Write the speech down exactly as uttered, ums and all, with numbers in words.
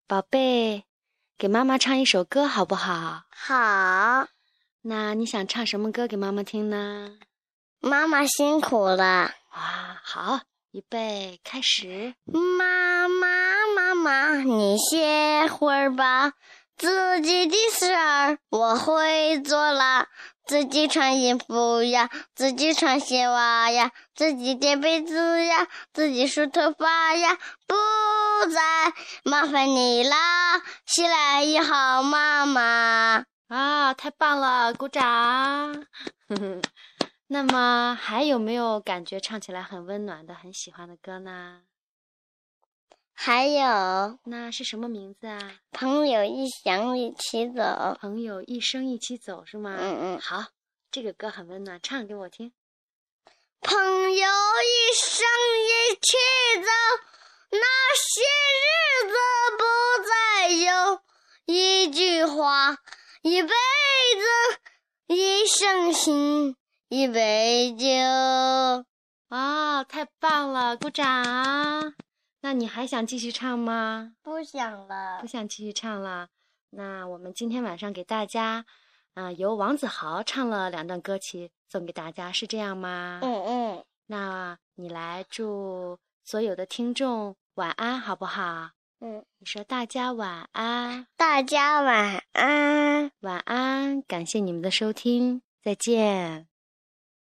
宝贝，给妈妈唱一首歌好不好？ 好。 那你想唱什么歌给妈妈听呢？ 妈妈辛苦了。 哇，好，预备，开始。 妈妈，妈妈，你歇会儿吧，自己的事儿我会做了。自己穿衣服呀，自己穿鞋袜呀，自己叠被子呀，自己梳头发呀，不再麻烦你啦。起来也好，妈妈。 啊，太棒了，鼓掌。那么还有没有感觉唱起来很温暖的、很喜欢的歌呢？ 还有， 那是什么名字啊？ 朋友一想一起走。 朋友一生一起走是吗？ 嗯嗯。 好，这个歌很温暖，唱给我听。 朋友一生一起走，那些日子不再有。一句话，一辈子，一生情，一杯酒。 啊，太棒了，鼓掌。那你还想继续唱吗？ 不想了。 不想继续唱了。那我们今天晚上给大家，呃、由王子豪唱了两段歌曲送给大家，是这样吗？ 嗯嗯。 那你来祝所有的听众晚安好不好？ 嗯。 你说大家晚安。 大家晚安。 晚安，感谢你们的收听，再见。